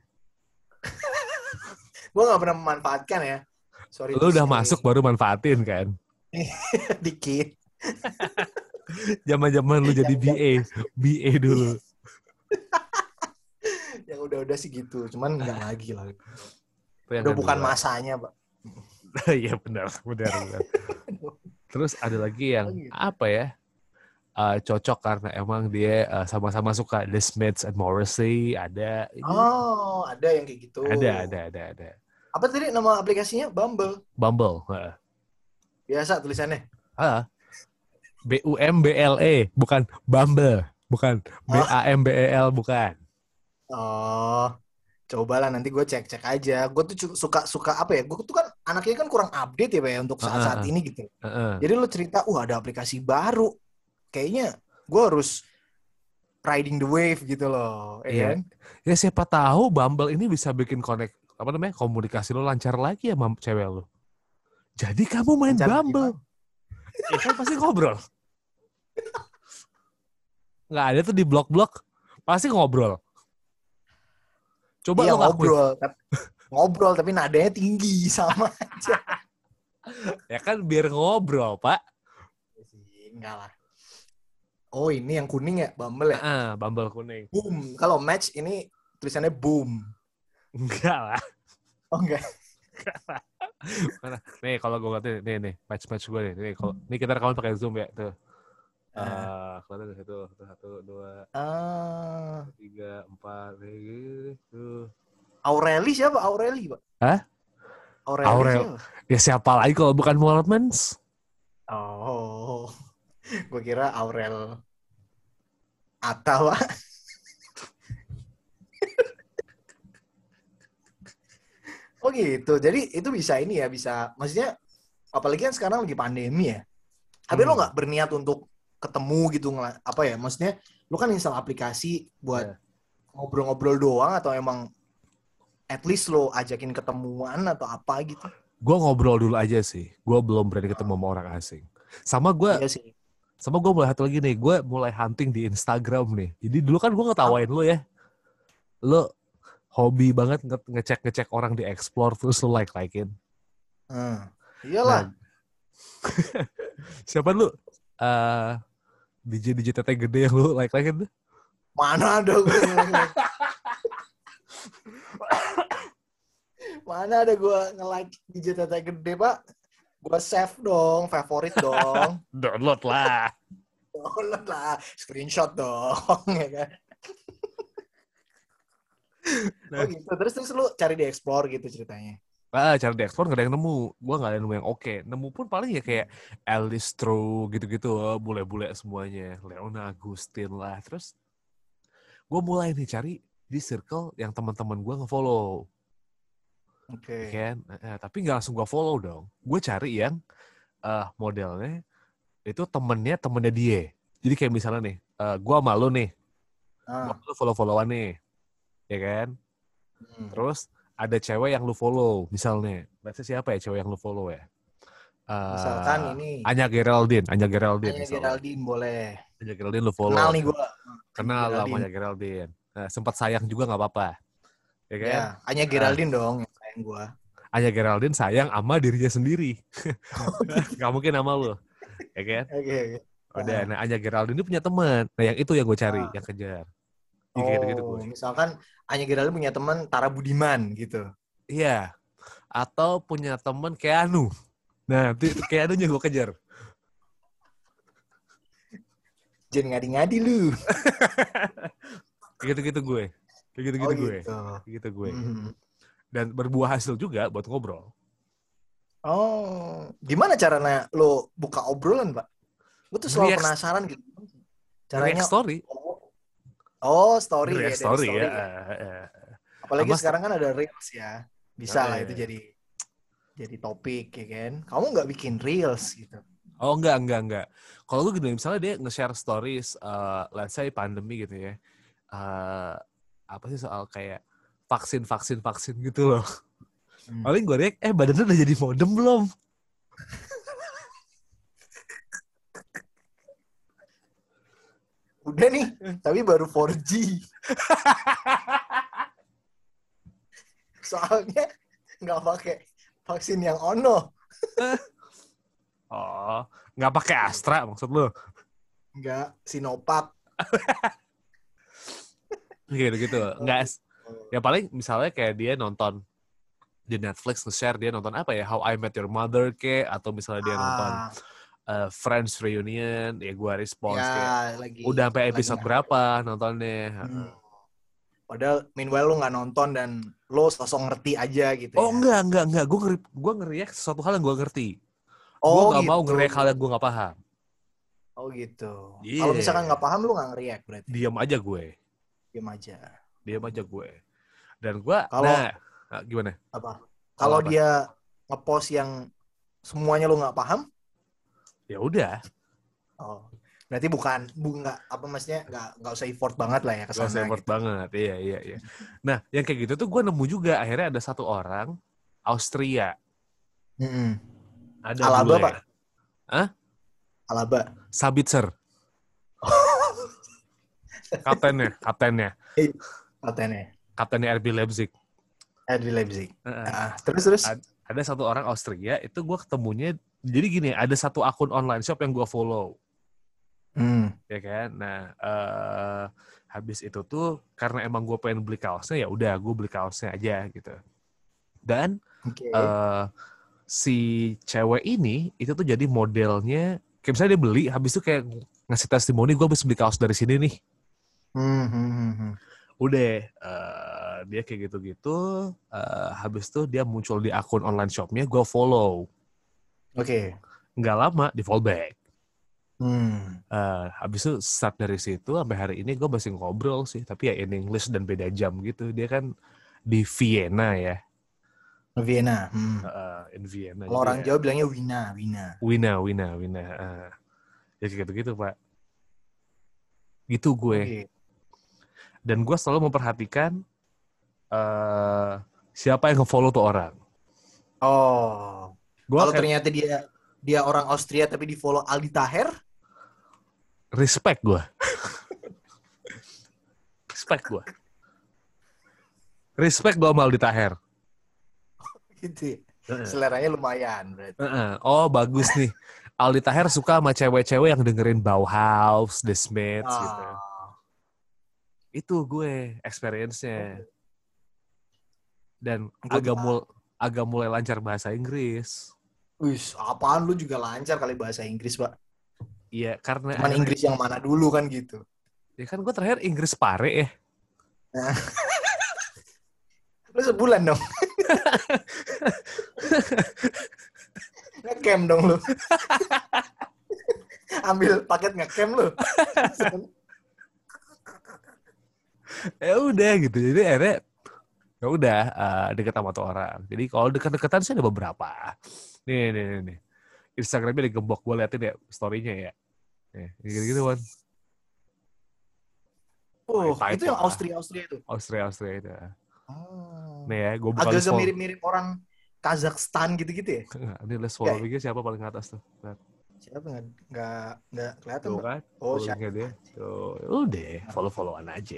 [SPEAKER 1] Gue nggak pernah memanfaatkan ya. Sorry.
[SPEAKER 2] Lu
[SPEAKER 1] to
[SPEAKER 2] udah
[SPEAKER 1] say.
[SPEAKER 2] masuk baru manfaatin kan.
[SPEAKER 1] Dikit.
[SPEAKER 2] Zaman-zaman lu jadi B A, B A dulu.
[SPEAKER 1] Yang udah-udah sih gitu. Cuman nggak lagi lah.
[SPEAKER 2] Itu yang
[SPEAKER 1] Udah bukan
[SPEAKER 2] kedua.
[SPEAKER 1] masanya, Pak.
[SPEAKER 2] Iya benar, benar, benar. Terus ada lagi yang
[SPEAKER 1] Oh, gitu.
[SPEAKER 2] apa ya? Uh, cocok karena emang dia uh, sama-sama suka The Smiths and Morrissey. Ada.
[SPEAKER 1] Oh, ada yang kayak gitu.
[SPEAKER 2] Ada, ada, ada, ada.
[SPEAKER 1] Apa tadi nama aplikasinya? Bumble.
[SPEAKER 2] Bumble. Uh.
[SPEAKER 1] Biasa tulisannya.
[SPEAKER 2] Ah. B U M B L E, bukan Bumble, bukan B A M B E L, bukan.
[SPEAKER 1] Oh, cobalah nanti gue cek-cek aja. Gue tuh cu- suka-suka apa ya? Gue tuh kan anaknya kan kurang update ya, Pak ya, untuk saat-saat
[SPEAKER 2] Uh-uh.
[SPEAKER 1] ini gitu.
[SPEAKER 2] Uh-uh.
[SPEAKER 1] Jadi lo cerita, wah ada aplikasi baru. Kayaknya gue harus riding the wave gitu loh. Ya
[SPEAKER 2] Iya.
[SPEAKER 1] kan?
[SPEAKER 2] Ya siapa tahu Bumble ini bisa bikin connect apa namanya komunikasi lo lancar lagi ya sama cewek lo. Jadi kamu main
[SPEAKER 1] Lancar
[SPEAKER 2] Bumble. Ya kan pasti ngobrol. Nggak ada tuh di blog-blog. Pasti ngobrol. Coba
[SPEAKER 1] Iya
[SPEAKER 2] lo ngakuin.
[SPEAKER 1] ngobrol. Tap- ngobrol tapi nadanya tinggi sama aja.
[SPEAKER 2] Ya kan biar ngobrol, Pak.
[SPEAKER 1] Enggak lah. Oh, ini yang kuning ya, Bumble ya?
[SPEAKER 2] Ah, Bumble kuning.
[SPEAKER 1] Boom. Kalau match ini tulisannya boom.
[SPEAKER 2] Enggak lah.
[SPEAKER 1] Oh, enggak.
[SPEAKER 2] Enggak lah. Mana? Nih kalau gue ngerti, nih nih match-match gue nih. Nih kalau nih kita rekaman pakai Zoom ya, tuh. Eh, uh, kelihatan dari situ, satu, dua,
[SPEAKER 1] Ah.
[SPEAKER 2] tiga, empat, gitu.
[SPEAKER 1] Aureli siapa? Aureli, Pak?
[SPEAKER 2] Hah?
[SPEAKER 1] Aureli
[SPEAKER 2] Aurel.
[SPEAKER 1] siapa?
[SPEAKER 2] Ya siapa lagi kalau bukan Waldmans?
[SPEAKER 1] Oh, gue kira Aurel Atta, Pak. Oh gitu. Jadi itu bisa ini ya, bisa. Maksudnya, apalagi kan sekarang lagi pandemi ya. Tapi
[SPEAKER 2] Hmm.
[SPEAKER 1] lo nggak berniat untuk ketemu gitu, ngela- apa ya? Maksudnya, lo kan install aplikasi buat
[SPEAKER 2] Yeah.
[SPEAKER 1] ngobrol-ngobrol doang atau emang at least lo ajakin ketemuan atau apa gitu?
[SPEAKER 2] Gue ngobrol dulu aja sih. Gue belum berani ketemu sama orang asing. Sama gue,
[SPEAKER 1] Iya sih.
[SPEAKER 2] sama gue mulai satu lagi nih. Gue mulai hunting di Instagram nih. Jadi dulu kan gue ngetawain lo ya. Lo hobi banget nge- ngecek-ngecek orang di explore terus lo like-likein.
[SPEAKER 1] Hmm. Iyalah.
[SPEAKER 2] Nah, siapa lu? Uh, D J D J tete gede yang lu like-likein tuh?
[SPEAKER 1] Mana ada gue nge-like. Mana ada gue nge-like D J Tete Gede, Pak. Gue save dong, favorit dong.
[SPEAKER 2] Download lah.
[SPEAKER 1] Download lah, screenshot dong, ya kan.
[SPEAKER 2] Nah.
[SPEAKER 1] Oh gitu, terus terus lu cari di explore gitu ceritanya.
[SPEAKER 2] Ah, cara di explore gak ada yang nemu. Gue gak ada yang nemu yang oke. Nemu pun paling ya kayak Elistro gitu-gitu. Oh, bule-bule semuanya. Leona Agustin lah. Terus gue mulai nih cari di circle yang teman-teman gue nge-follow.
[SPEAKER 1] Oke. Okay.
[SPEAKER 2] Kan? Nah, tapi gak langsung gue follow dong. Gue cari yang uh, modelnya itu temennya temennya dia. Jadi kayak misalnya nih, uh, gue sama lu nih.
[SPEAKER 1] Ah.
[SPEAKER 2] Gue follow-followan nih. Ya kan? Hmm. Terus ada cewek yang lu follow, misalnya. Let's say siapa ya cewek yang lu follow ya? Uh,
[SPEAKER 1] Misalkan ini.
[SPEAKER 2] Anya Geraldine. Anya Geraldine.
[SPEAKER 1] Anya Geraldine boleh.
[SPEAKER 2] Anya Geraldine lu follow.
[SPEAKER 1] Kenal nih gue.
[SPEAKER 2] Kenal lah Anya Geraldine. Nah, sempat sayang juga gak apa-apa. Ya kan?
[SPEAKER 1] Ya, Anya Geraldine uh, dong yang sayang gue.
[SPEAKER 2] Anya Geraldine sayang sama dirinya sendiri. Gak mungkin sama lu. Ya kan?
[SPEAKER 1] Oke, okay, oke. Okay.
[SPEAKER 2] Udah, nah Anya Geraldine ini punya teman. Nah, yang itu yang gue cari, uh. yang kejar.
[SPEAKER 1] Ya, oh, gitu, gitu gue. Misalkan Anya Geraldine punya teman Tara Budiman gitu.
[SPEAKER 2] Iya. Atau punya teman Keanu. Nah, itu Keanu-nya gue kejar.
[SPEAKER 1] Jangan ngadi-ngadi lu.
[SPEAKER 2] Kayak gitu-gitu gue. Kayak gitu-gitu
[SPEAKER 1] oh,
[SPEAKER 2] gue.
[SPEAKER 1] Gitu.
[SPEAKER 2] Kayak gitu gue.
[SPEAKER 1] Mm-hmm.
[SPEAKER 2] Dan berbuah hasil juga buat ngobrol.
[SPEAKER 1] Oh, gimana caranya lo buka obrolan, Pak? Gue tuh selalu
[SPEAKER 2] React.
[SPEAKER 1] penasaran gitu.
[SPEAKER 2] Caranya React story.
[SPEAKER 1] Oh, story
[SPEAKER 2] React
[SPEAKER 1] ya,
[SPEAKER 2] story,
[SPEAKER 1] story
[SPEAKER 2] ya.
[SPEAKER 1] ya. Apalagi Amas sekarang kan ada Reels ya. Bisa oh, lah iya. Itu jadi jadi topik ya kan. Kamu nggak bikin Reels gitu.
[SPEAKER 2] Oh, enggak, enggak, enggak. Kalau lu gini, misalnya dia nge-share stories, uh, let's say pandemi gitu ya. Uh, apa sih soal kayak vaksin-vaksin-vaksin gitu loh. Hmm. Paling gue react, eh badannya udah jadi modem belum?
[SPEAKER 1] Udah nih, tapi baru four G. Soalnya nggak pakai vaksin yang ono.
[SPEAKER 2] Oh, nggak pakai Astra maksud lu?
[SPEAKER 1] Nggak, Sinovac.
[SPEAKER 2] Gitu-gitu. Nggak, ya paling misalnya kayak dia nonton di Netflix nge-share dia nonton apa ya, How I Met Your Mother ke, atau misalnya dia ah. nonton uh, Friends Reunion, ya gue respons ya, kayak lagi, udah sampai episode berapa nontonnya. Hmm.
[SPEAKER 1] Padahal meanwhile lo nggak nonton dan lo sosok ngerti aja gitu.
[SPEAKER 2] Oh
[SPEAKER 1] ya?
[SPEAKER 2] enggak, enggak, enggak. Gue ngeri, gue ngeriak sesuatu hal yang gue ngerti.
[SPEAKER 1] Oh,
[SPEAKER 2] gue nggak
[SPEAKER 1] gitu.
[SPEAKER 2] mau ngeriak hal yang gue nggak paham.
[SPEAKER 1] Oh gitu.
[SPEAKER 2] Yeah.
[SPEAKER 1] Kalau misalkan nggak paham lo nggak ngeriak berarti?
[SPEAKER 2] Diam aja gue.
[SPEAKER 1] Diam aja.
[SPEAKER 2] Diam aja gue. Dan gue,
[SPEAKER 1] kalau
[SPEAKER 2] nah, gimana?
[SPEAKER 1] Apa? Kalau dia ngepost yang semuanya lo nggak paham?
[SPEAKER 2] Ya udah.
[SPEAKER 1] Oh. Berarti bukan, bu nggak apa maksudnya nggak nggak usah effort banget lah ya kesana.
[SPEAKER 2] Nggak usah effort gitu. Banget, iya iya iya. Nah, yang kayak gitu tuh gue nemu juga. Akhirnya ada satu orang Austria.
[SPEAKER 1] Mm-hmm.
[SPEAKER 2] Ada
[SPEAKER 1] Alaba
[SPEAKER 2] bule.
[SPEAKER 1] Pak?
[SPEAKER 2] Hah?
[SPEAKER 1] Alaba.
[SPEAKER 2] Sabitzer. Kaptennya, kaptennya.
[SPEAKER 1] Kaptennya.
[SPEAKER 2] Kaptennya R B Leipzig.
[SPEAKER 1] Eh, di Leipzig.
[SPEAKER 2] Uh,
[SPEAKER 1] Nah, terus terus.
[SPEAKER 2] ad- ada satu orang Austria, itu gue ketemunya, jadi gini, ada satu akun online shop yang gue follow.
[SPEAKER 1] Hmm.
[SPEAKER 2] Ya kan, nah uh, habis itu tuh karena emang gue pengen beli kaosnya, ya udah gue beli kaosnya aja gitu. Dan
[SPEAKER 1] Oke. Okay.
[SPEAKER 2] uh, si cewek ini itu tuh jadi modelnya, kayak misalnya dia beli, habis itu kayak ngasih testimoni, gue habis beli kaos dari sini nih.
[SPEAKER 1] Hmm, hmm, hmm, hmm.
[SPEAKER 2] Udah, uh, dia kayak gitu-gitu, uh, habis itu dia muncul di akun online shopnya, gue follow.
[SPEAKER 1] Oke. Okay.
[SPEAKER 2] Nggak lama, di follow back.
[SPEAKER 1] Hmm.
[SPEAKER 2] Uh, habis itu start dari situ, sampai hari ini gue masih ngobrol sih, tapi ya in English dan beda jam gitu. Dia kan di Vienna ya.
[SPEAKER 1] Vienna. Hmm.
[SPEAKER 2] Uh, in Vienna.
[SPEAKER 1] Kalau orang
[SPEAKER 2] ya,
[SPEAKER 1] Jawa bilangnya Wina, Wina.
[SPEAKER 2] Wina, Wina, Wina. Uh, ya kayak gitu-gitu, Pak. Gitu gue.
[SPEAKER 1] Okay.
[SPEAKER 2] Dan gue selalu memperhatikan uh, siapa yang nge-follow tuh orang.
[SPEAKER 1] Oh.
[SPEAKER 2] Gua
[SPEAKER 1] kalau
[SPEAKER 2] kayak,
[SPEAKER 1] ternyata dia dia orang Austria tapi di follow Aldi Taher,
[SPEAKER 2] respect gue. respect gue. Respect gue sama Aldi Taher.
[SPEAKER 1] Gitu. Uh-uh. Seleranya lumayan berarti.
[SPEAKER 2] Uh-uh. Oh, bagus nih. Aldi Taher suka sama cewek-cewek yang dengerin Bauhaus, The Smiths oh. gitu. Itu gue experience-nya. Dan gue agak mul agak mulai lancar bahasa Inggris.
[SPEAKER 1] Wih, apaan lu juga lancar kali bahasa Inggris, Pak?
[SPEAKER 2] Iya, karena
[SPEAKER 1] cuman Inggris yang mana dulu kan gitu.
[SPEAKER 2] Ya kan gue terakhir Inggris pare ya.
[SPEAKER 1] Nah. Lu sebulan dong. Nge-camp dong lu. Ambil paket nge-camp lu.
[SPEAKER 2] Ya udah gitu. Jadi akhirnya ya udah uh, deket sama tuh orang. Jadi kalau deket-deketan sih ada beberapa. Nih nih nih. nih. Instagramnya digembok, gue liatin ya story-nya ya. Nih, gitu-gitu kan.
[SPEAKER 1] Oh, Pahit itu yang Austria-Austria itu?
[SPEAKER 2] Austria-Austria itu.
[SPEAKER 1] Oh.
[SPEAKER 2] Nih ya, gue buka
[SPEAKER 1] agak-agak mirip-mirip orang Kazakhstan gitu-gitu ya?
[SPEAKER 2] Enggak, ini list follow-nya siapa paling atas tuh? Lihat.
[SPEAKER 1] Siapa nggak nggak nggak kelihatan
[SPEAKER 2] tuh kan?
[SPEAKER 1] Oh siapa
[SPEAKER 2] dia tuh udah follow-followan aja.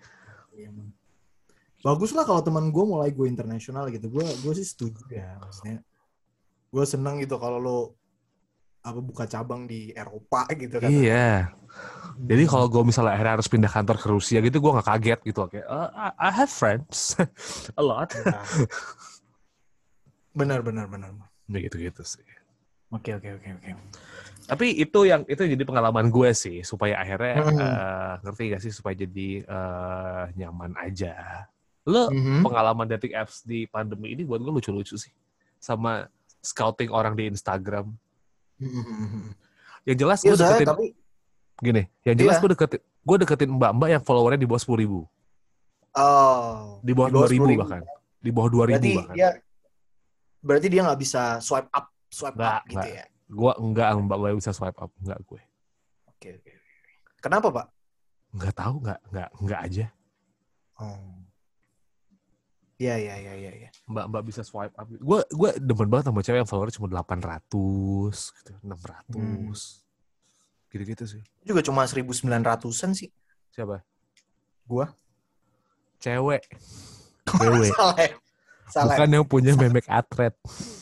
[SPEAKER 1] Bagus lah kalau teman gue mulai gue internasional gitu. Gue gue sih setuju ya maksudnya. Gue seneng gitu kalau lo apa buka cabang di Eropa gitu kan.
[SPEAKER 2] Iya. Hmm. Jadi kalau gue misalnya akhirnya harus pindah kantor ke Rusia gitu, gue nggak kaget gitu. Kayak uh, I have friends a lot.
[SPEAKER 1] Benar benar benar.
[SPEAKER 2] Nah, gitu-gitu sih.
[SPEAKER 1] Oke oke oke oke.
[SPEAKER 2] Tapi itu yang itu jadi pengalaman gue sih supaya akhirnya hmm. uh, ngerti gak sih supaya jadi uh, nyaman aja. Lo mm-hmm. pengalaman dating apps di pandemi ini buat gue lucu-lucu sih. Sama scouting orang di Instagram. Mm-hmm. Yang jelas gue ya, deketin tapi... gini, yang jelas iya. gue deketin gue deketin mbak-mbak yang followernya di bawah sepuluh ribu.
[SPEAKER 1] Oh.
[SPEAKER 2] Di bawah dua ribu bahkan. Di bawah dua ribu bahkan.
[SPEAKER 1] Dia, berarti dia nggak bisa swipe up, swipe
[SPEAKER 2] nggak,
[SPEAKER 1] up gitu
[SPEAKER 2] nggak.
[SPEAKER 1] ya?
[SPEAKER 2] Gue enggak, mbak gue bisa swipe up, enggak gue.
[SPEAKER 1] Oke oke. Kenapa Pak?
[SPEAKER 2] Enggak tahu, enggak enggak enggak aja.
[SPEAKER 1] Oh. Iya iya iya iya ya.
[SPEAKER 2] Mbak-mbak bisa swipe up. Gue gue demen banget sama cewek yang follower cuma delapan ratus gitu, enam ratus. Hmm. Gitu-gitu sih.
[SPEAKER 1] Juga cuma seribu sembilan ratusan sih.
[SPEAKER 2] Siapa?
[SPEAKER 1] Gua.
[SPEAKER 2] Cewek. Cewek.
[SPEAKER 1] Salah. Salah.
[SPEAKER 2] Bukan yang punya memek atret.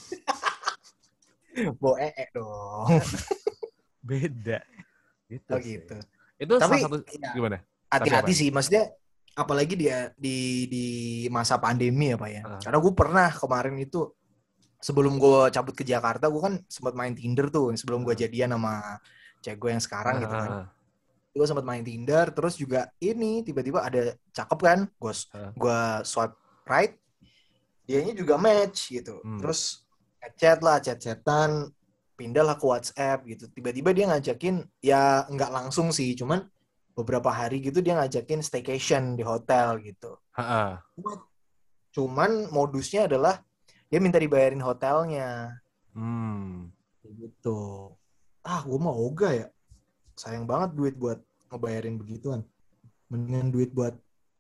[SPEAKER 1] Bo ee dong.
[SPEAKER 2] Beda. Gitu.
[SPEAKER 1] Oh gitu.
[SPEAKER 2] Sih. Itu
[SPEAKER 1] tapi,
[SPEAKER 2] salah satu
[SPEAKER 1] ya,
[SPEAKER 2] gimana?
[SPEAKER 1] Hati-hati sih, maksudnya apalagi dia di di masa pandemi ya Pak ya. Uh. Karena gue pernah kemarin itu sebelum gue cabut ke Jakarta, gue kan sempat main Tinder tuh sebelum gue jadian sama cewek gue yang sekarang uh. gitu kan. Gue sempat main Tinder, terus juga ini tiba-tiba ada cakep kan, gue uh. gue swipe right, dianya juga match gitu. Hmm. Terus chat lah, chat-chatan, pindahlah ke WhatsApp gitu. Tiba-tiba dia ngajakin, ya nggak langsung sih, cuman beberapa hari gitu dia ngajakin staycation di hotel gitu.
[SPEAKER 2] Ha-ha.
[SPEAKER 1] Cuman modusnya adalah dia minta dibayarin hotelnya.
[SPEAKER 2] Hmm.
[SPEAKER 1] Gitu. Ah, gue mau ogah ya. Sayang banget duit buat ngebayarin begituan. Mendingan duit buat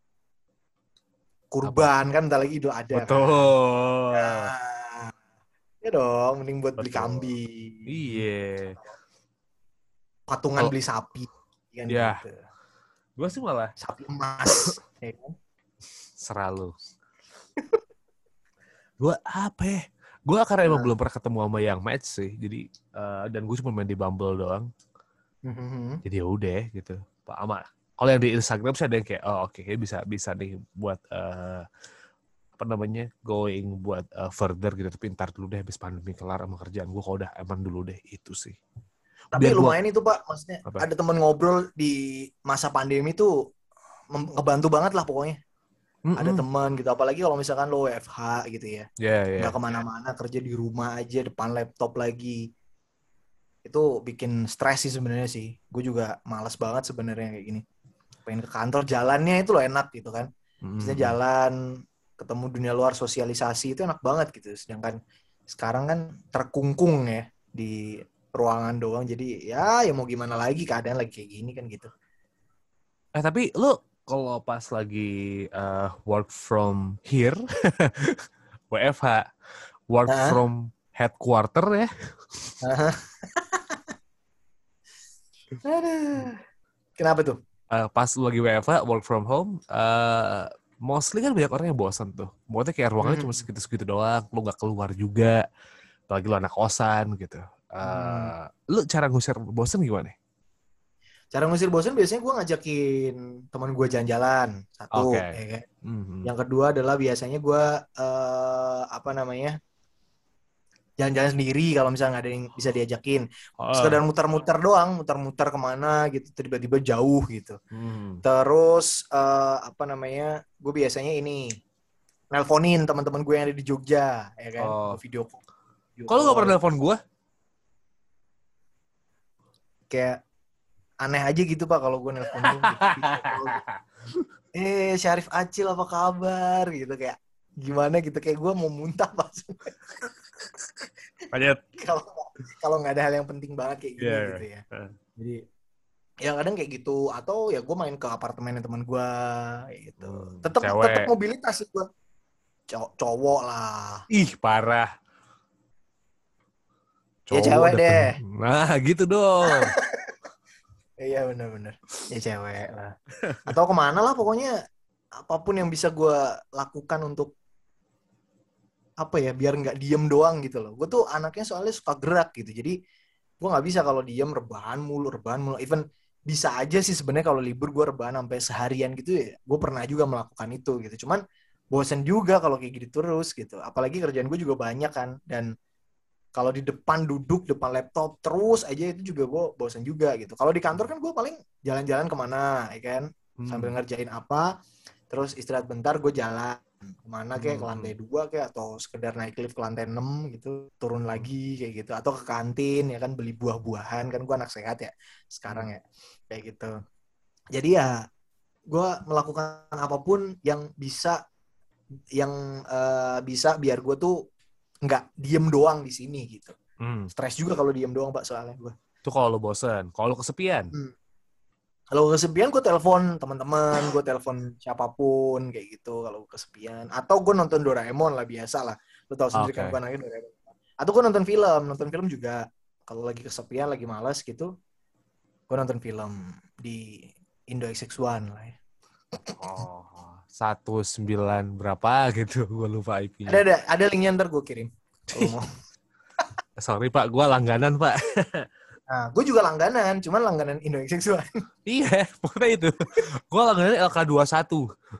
[SPEAKER 1] kurban. Apa? Kan bentar lagi Idul Adha.
[SPEAKER 2] Betul.
[SPEAKER 1] Kan? Nah, ya dong, mending buat Betul. Beli kambing.
[SPEAKER 2] Iya.
[SPEAKER 1] Patungan oh. beli sapi.
[SPEAKER 2] Kan ya. Gitu. Gue sih malah
[SPEAKER 1] sapi emas. Ya kan?
[SPEAKER 2] Seralu. Gue apa ya? Gue karena emang
[SPEAKER 1] Nah.
[SPEAKER 2] belum pernah ketemu sama yang match sih. Jadi uh, dan gue cuma main di Bumble doang.
[SPEAKER 1] Mm-hmm.
[SPEAKER 2] Jadi ya udah gitu. Pak Ama. Kalau yang di Instagram sih ada yang kayak oh oke okay, bisa bisa nih buat uh, apa namanya going buat uh, further gitu. Tapi ntar dulu deh habis pandemi kelar sama kerjaan gue kalau udah aman dulu deh itu sih.
[SPEAKER 1] Tapi
[SPEAKER 2] Biar
[SPEAKER 1] lumayan
[SPEAKER 2] gua,
[SPEAKER 1] itu Pak, maksudnya
[SPEAKER 2] apa?
[SPEAKER 1] ada temen ngobrol di masa pandemi tuh mem- ngebantu banget lah pokoknya. Ada
[SPEAKER 2] Mm-mm.
[SPEAKER 1] teman gitu, apalagi kalau misalkan lo W F H gitu ya.
[SPEAKER 2] Yeah,
[SPEAKER 1] Nggak
[SPEAKER 2] yeah.
[SPEAKER 1] kemana-mana, kerja di rumah aja, depan laptop lagi. Itu bikin stres sih sebenarnya sih. Gue juga malas banget sebenarnya kayak gini. Pengen ke kantor, jalannya itu loh enak gitu kan. Maksudnya
[SPEAKER 2] Mm-mm.
[SPEAKER 1] jalan, ketemu dunia luar, sosialisasi itu enak banget gitu. Sedangkan sekarang kan terkungkung ya di ruangan doang. Jadi ya ya mau gimana lagi, keadaan lagi kayak gini kan gitu.
[SPEAKER 2] Eh tapi lu kalau pas lagi uh, work from here, W F H, work
[SPEAKER 1] Nah,
[SPEAKER 2] from headquarter ya.
[SPEAKER 1] aduh. Kenapa tuh?
[SPEAKER 2] Uh, pas lu lagi W F H, work from home, uh, mostly kan banyak orang yang bosan tuh. Maksudnya kayak ruangannya cuma
[SPEAKER 1] Hmm.
[SPEAKER 2] segitu-segitu doang, lu gak keluar juga. Apalagi lu anak kosan gitu.
[SPEAKER 1] Hmm.
[SPEAKER 2] Uh, lu cara ngusir bosan gimana?
[SPEAKER 1] Cara ngusir bosan biasanya gue ngajakin teman gue jalan-jalan
[SPEAKER 2] Oke.
[SPEAKER 1] satu, ya kan.
[SPEAKER 2] Mm-hmm.
[SPEAKER 1] Yang kedua adalah biasanya gue eh, apa namanya jalan-jalan sendiri kalau misalnya nggak ada yang bisa diajakin.
[SPEAKER 2] Oh.
[SPEAKER 1] Sekedar muter-muter doang, muter-muter kemana gitu, tiba-tiba jauh gitu.
[SPEAKER 2] Mm.
[SPEAKER 1] Terus eh, apa namanya, gue biasanya ini nelponin teman-teman gue yang ada di Jogja, ya kan. Gue
[SPEAKER 2] Oh.
[SPEAKER 1] video call, video
[SPEAKER 2] Kalau lu gak
[SPEAKER 1] call.
[SPEAKER 2] pernah nelfon gue?
[SPEAKER 1] Kayak aneh aja gitu Pak kalau gue nelpon lu gitu, video call gitu. Eh Syarif Acil apa kabar gitu, kayak gimana gitu, kayak gue mau muntah Pak.
[SPEAKER 2] Lanjut.
[SPEAKER 1] Kalau kalau nggak ada hal yang penting banget kayak gini
[SPEAKER 2] Yeah.
[SPEAKER 1] gitu ya. Jadi ya kadang kayak gitu, atau ya gue main ke apartemen teman gue gitu.
[SPEAKER 2] Hmm,
[SPEAKER 1] Tetap
[SPEAKER 2] cewek.
[SPEAKER 1] tetap mobilitas sih gue. Cow- cowok lah.
[SPEAKER 2] Ih, parah.
[SPEAKER 1] Ya
[SPEAKER 2] Cowok
[SPEAKER 1] cewek
[SPEAKER 2] dateng.
[SPEAKER 1] deh.
[SPEAKER 2] Nah, gitu dong.
[SPEAKER 1] Iya benar-benar. Ya cewek lah. Atau kemana lah pokoknya, apapun yang bisa gue lakukan untuk apa ya, biar nggak diem doang gitu loh. Gue tuh anaknya soalnya suka gerak gitu. Jadi gue nggak bisa kalau diem rebahan mulu, rebahan mulu. Even bisa aja sih sebenarnya kalau libur gue rebahan sampai seharian gitu ya. Gue pernah juga melakukan itu gitu. Cuman bosen juga kalau kayak gitu terus gitu. Apalagi kerjaan gue juga banyak kan. Dan kalau di depan duduk, depan laptop terus aja itu juga gue bosen juga gitu. Kalau di kantor kan gue paling jalan-jalan kemana, ya kan. Sambil
[SPEAKER 2] Hmm.
[SPEAKER 1] ngerjain apa, terus istirahat bentar gue jalan. Kemana kayak ke lantai dua kayak, atau sekedar naik lift ke lantai enam gitu, turun lagi kayak gitu, atau ke kantin ya kan, beli buah-buahan kan, gue anak sehat ya sekarang ya kayak gitu. Jadi ya gue melakukan apapun yang bisa, yang uh, bisa biar gue tuh nggak diem doang di sini gitu.
[SPEAKER 2] Hmm.
[SPEAKER 1] Stres juga kalau diem doang Pak soalnya gue.
[SPEAKER 2] Itu kalau lo bosen. Kalau lo kesepian?
[SPEAKER 1] Hmm. Kalau kesepian gue telepon teman-teman, gue telepon siapapun kayak gitu kalau kesepian. Atau gue nonton Doraemon lah, biasa lah. Lo tau sendiri kan
[SPEAKER 2] Oke.
[SPEAKER 1] gue anaknya Doraemon. Atau gue nonton film, nonton film juga. Kalau lagi kesepian, lagi malas gitu, gue nonton film di Indo X X one lah ya.
[SPEAKER 2] Oh, satu sembilan berapa gitu, gue lupa I P-nya.
[SPEAKER 1] Ada ada ada linknya, ntar gue kirim kalau mau.
[SPEAKER 2] Sorry Pak, gue langganan Pak.
[SPEAKER 1] Nah, gue juga langganan, cuman langganan Indo X X one.
[SPEAKER 2] Iya, pokoknya itu. Gue langganan L K dua puluh satu.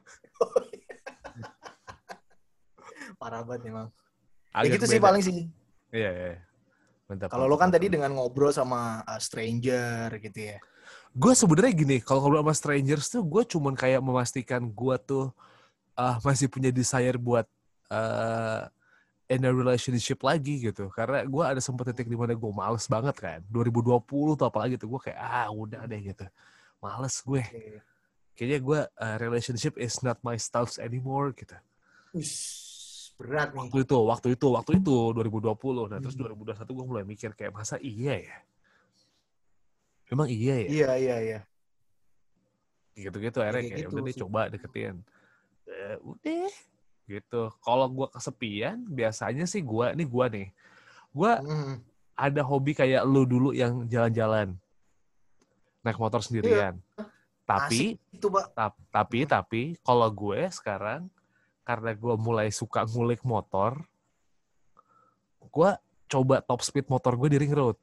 [SPEAKER 1] Parah banget emang.
[SPEAKER 2] Agak
[SPEAKER 1] Ya gitu
[SPEAKER 2] beda.
[SPEAKER 1] sih paling sih.
[SPEAKER 2] Iya, iya. Mantap.
[SPEAKER 1] Kalau lo kan tadi dengan ngobrol sama uh, stranger gitu ya.
[SPEAKER 2] Gue sebenarnya gini, kalau ngobrol sama strangers tuh gue cuman kayak memastikan gue tuh uh, masih punya desire buat uh, in a relationship lagi gitu. Karena gue ada sempet titik di mana gue males banget kan. dua ribu dua puluh tuh apalagi tuh gue kayak ah udah deh gitu. Males gue.
[SPEAKER 1] Okay.
[SPEAKER 2] Kayaknya gue uh, relationship is not my stuff anymore gitu.
[SPEAKER 1] Ush, berat nih.
[SPEAKER 2] Waktu itu, waktu itu, waktu itu dua ribu dua puluh. Nah terus dua ribu dua puluh satu gue mulai mikir kayak masa iya ya? Emang iya ya?
[SPEAKER 1] Iya, iya, iya.
[SPEAKER 2] Gitu-gitu akhirnya
[SPEAKER 1] Ya, kayak
[SPEAKER 2] kayak
[SPEAKER 1] gitu
[SPEAKER 2] udah deh
[SPEAKER 1] sih.
[SPEAKER 2] coba deketin. Uh, udah gitu. Kalau gue kesepian biasanya sih gue, nih gue nih. Gue
[SPEAKER 1] Mm.
[SPEAKER 2] ada hobi kayak lu dulu yang jalan-jalan. Naik motor sendirian.
[SPEAKER 1] Iya.
[SPEAKER 2] Tapi,
[SPEAKER 1] Asik itu, Pak.
[SPEAKER 2] ta- tapi,
[SPEAKER 1] Hmm.
[SPEAKER 2] tapi kalau gue sekarang karena gue mulai suka ngulik motor, gue coba top speed motor gue di ring road.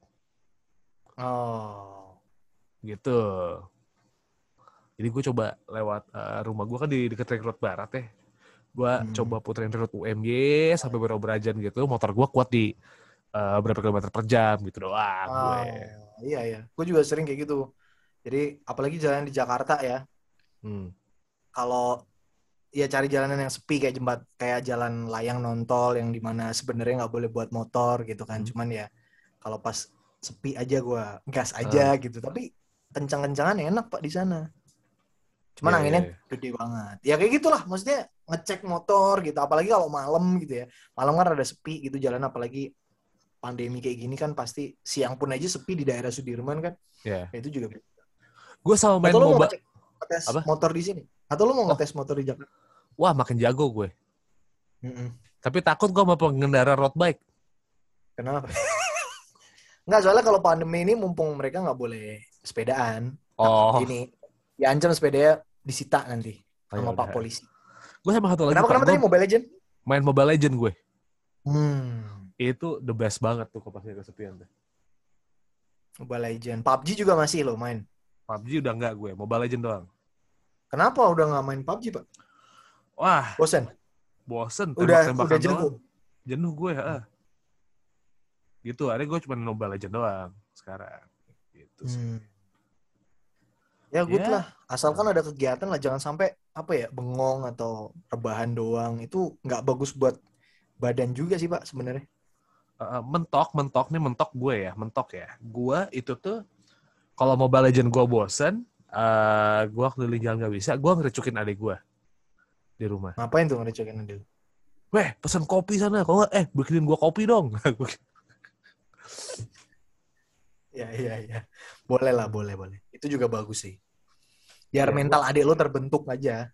[SPEAKER 1] Oh.
[SPEAKER 2] Gitu. Jadi gue coba lewat uh, rumah gue kan di dekat ring road barat ya. Gue hmm. coba puterin ring road U M Y sampai Berobrajan gitu. Motor gue kuat di uh, berapa kilometer per jam gitu doang.
[SPEAKER 1] Oh,
[SPEAKER 2] gue.
[SPEAKER 1] Iya ya. Gue juga sering kayak gitu. Jadi apalagi jalan di Jakarta ya. Hmm. Kalau ya cari jalanan yang sepi kayak jembat kayak jalan layang nontol yang dimana sebenarnya nggak boleh buat motor gitu kan. Hmm. Cuman ya kalau pas sepi aja gue gas aja hmm. gitu. Tapi kencang-kencangan enak Pak di sana. Cuman yeah, anginnya yeah. gede banget. Ya kayak gitulah, maksudnya ngecek motor gitu. Apalagi kalau malam gitu ya. Malam kan rada sepi gitu jalan, apalagi pandemi kayak gini kan pasti siang pun aja sepi di daerah Sudirman kan.
[SPEAKER 2] Iya.
[SPEAKER 1] Yeah. Itu juga.
[SPEAKER 2] Gue sama main
[SPEAKER 1] Atau lu
[SPEAKER 2] moba...
[SPEAKER 1] mau ngecek ngetes apa? Motor di sini? Atau lu mau ngetes oh. motor di Jakarta?
[SPEAKER 2] Wah, makin jago gue.
[SPEAKER 1] Mm-mm.
[SPEAKER 2] Tapi takut gue sama pengendara road bike.
[SPEAKER 1] Kenapa? Enggak, soalnya kalau pandemi ini mumpung mereka nggak boleh sepedaan.
[SPEAKER 2] Oh.
[SPEAKER 1] Ini diancam sepedanya disita nanti sama oh, Pak Polisi.
[SPEAKER 2] Gue sama satu lagi.
[SPEAKER 1] Kenapa kenapa tadi Mobile Legend?
[SPEAKER 2] Main Mobile Legend gue.
[SPEAKER 1] Hmm.
[SPEAKER 2] Itu the best banget tuh kalau pasnya kesepian tuh.
[SPEAKER 1] Mobile Legend. P U B G juga masih lo main?
[SPEAKER 2] P U B G udah enggak gue. Mobile Legend doang.
[SPEAKER 1] Kenapa udah nggak main P U B G Pak?
[SPEAKER 2] Wah.
[SPEAKER 1] Bosen.
[SPEAKER 2] Bosen.
[SPEAKER 1] Udah udah jenuh.
[SPEAKER 2] Jenuh gue. Hmm. Gitu. Ada gue cuma Mobile Legend doang sekarang. Gitu sih. Hmm.
[SPEAKER 1] Ya good yeah. lah, asalkan ada kegiatan lah, jangan sampai apa ya bengong atau rebahan doang, itu nggak bagus buat badan juga sih Pak sebenarnya.
[SPEAKER 2] Uh, mentok, mentok nih mentok gue ya, mentok ya. Gue itu tuh kalau Mobile Legend gue bosen, uh, gue keliling jalan nggak bisa, gue ngerecukin adik gue di rumah.
[SPEAKER 1] Ngapain tuh ngerecukin adik?
[SPEAKER 2] Weh, pesen kopi sana, kalau nggak eh bikinin gue kopi dong.
[SPEAKER 1] Ya, iya, iya. Boleh lah, boleh, boleh. Itu juga bagus sih. Biar ya, mental adik lo terbentuk aja.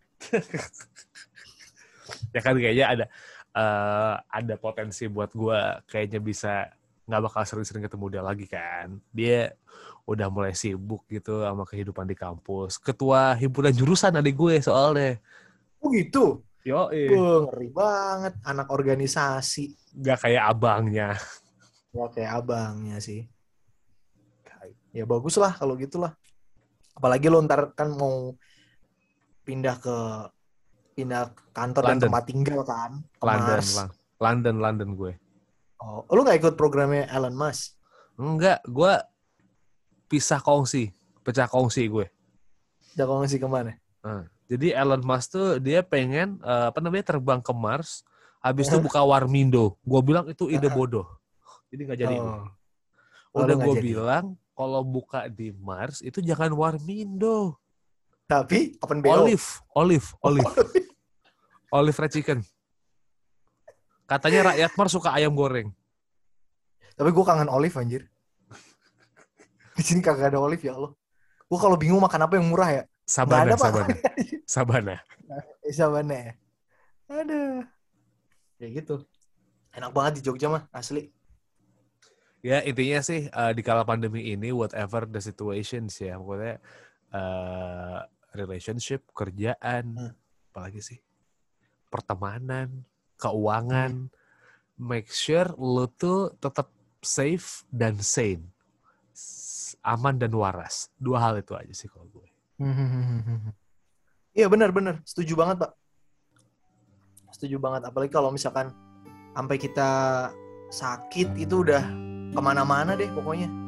[SPEAKER 2] Ya kan kayaknya ada uh, ada potensi buat gue kayaknya bisa nggak bakal sering-sering ketemu dia lagi kan. Dia udah mulai sibuk gitu sama kehidupan di kampus. Ketua himpunan jurusan adik gue soalnya.
[SPEAKER 1] Oh gitu?
[SPEAKER 2] Yo,
[SPEAKER 1] oh, ngeri banget. Anak organisasi.
[SPEAKER 2] Gak kayak abangnya.
[SPEAKER 1] Gak kayak abangnya sih. Ya bagus lah kalau gitulah. Apalagi lo ntar kan mau pindah ke pindah kantor London. Dan tempat tinggal kan ke
[SPEAKER 2] London,
[SPEAKER 1] Mars.
[SPEAKER 2] London, London gue.
[SPEAKER 1] Oh, lo nggak ikut programnya Elon Musk?
[SPEAKER 2] Enggak, gue pisah kongsi, pecah kongsi gue.
[SPEAKER 1] Pecah kongsi kemana?
[SPEAKER 2] Hmm. Jadi Elon Musk tuh dia pengen uh, apa namanya terbang ke Mars, habis itu buka Warmindo. Gue bilang itu ide bodoh, jadi nggak jadi. Oh. Udah gue bilang. Kalau buka di Mars itu jangan Warmindo.
[SPEAKER 1] Tapi open B O.
[SPEAKER 2] Olive, olive, olive. Olive fried chicken. Katanya rakyat Mars suka ayam goreng.
[SPEAKER 1] Tapi gue kangen olive anjir. Di sini kagak ada olive ya Allah. Gue kalau bingung makan apa yang murah ya.
[SPEAKER 2] Sabana, Sabana. Sabana.
[SPEAKER 1] Eh, Sabana ya. Aduh. Ya gitu. Enak banget di Jogja mah, asli.
[SPEAKER 2] Ya intinya sih uh, di kala pandemi ini whatever the situations ya pokoknya uh, relationship, kerjaan, hmm. apalagi sih pertemanan, keuangan, hmm. make sure lo tuh tetap safe dan sane, aman dan waras. Dua hal itu aja sih kalau gue.
[SPEAKER 1] Iya benar-benar setuju banget Pak. Setuju banget apalagi kalau misalkan sampai kita sakit itu udah kemana-mana deh pokoknya.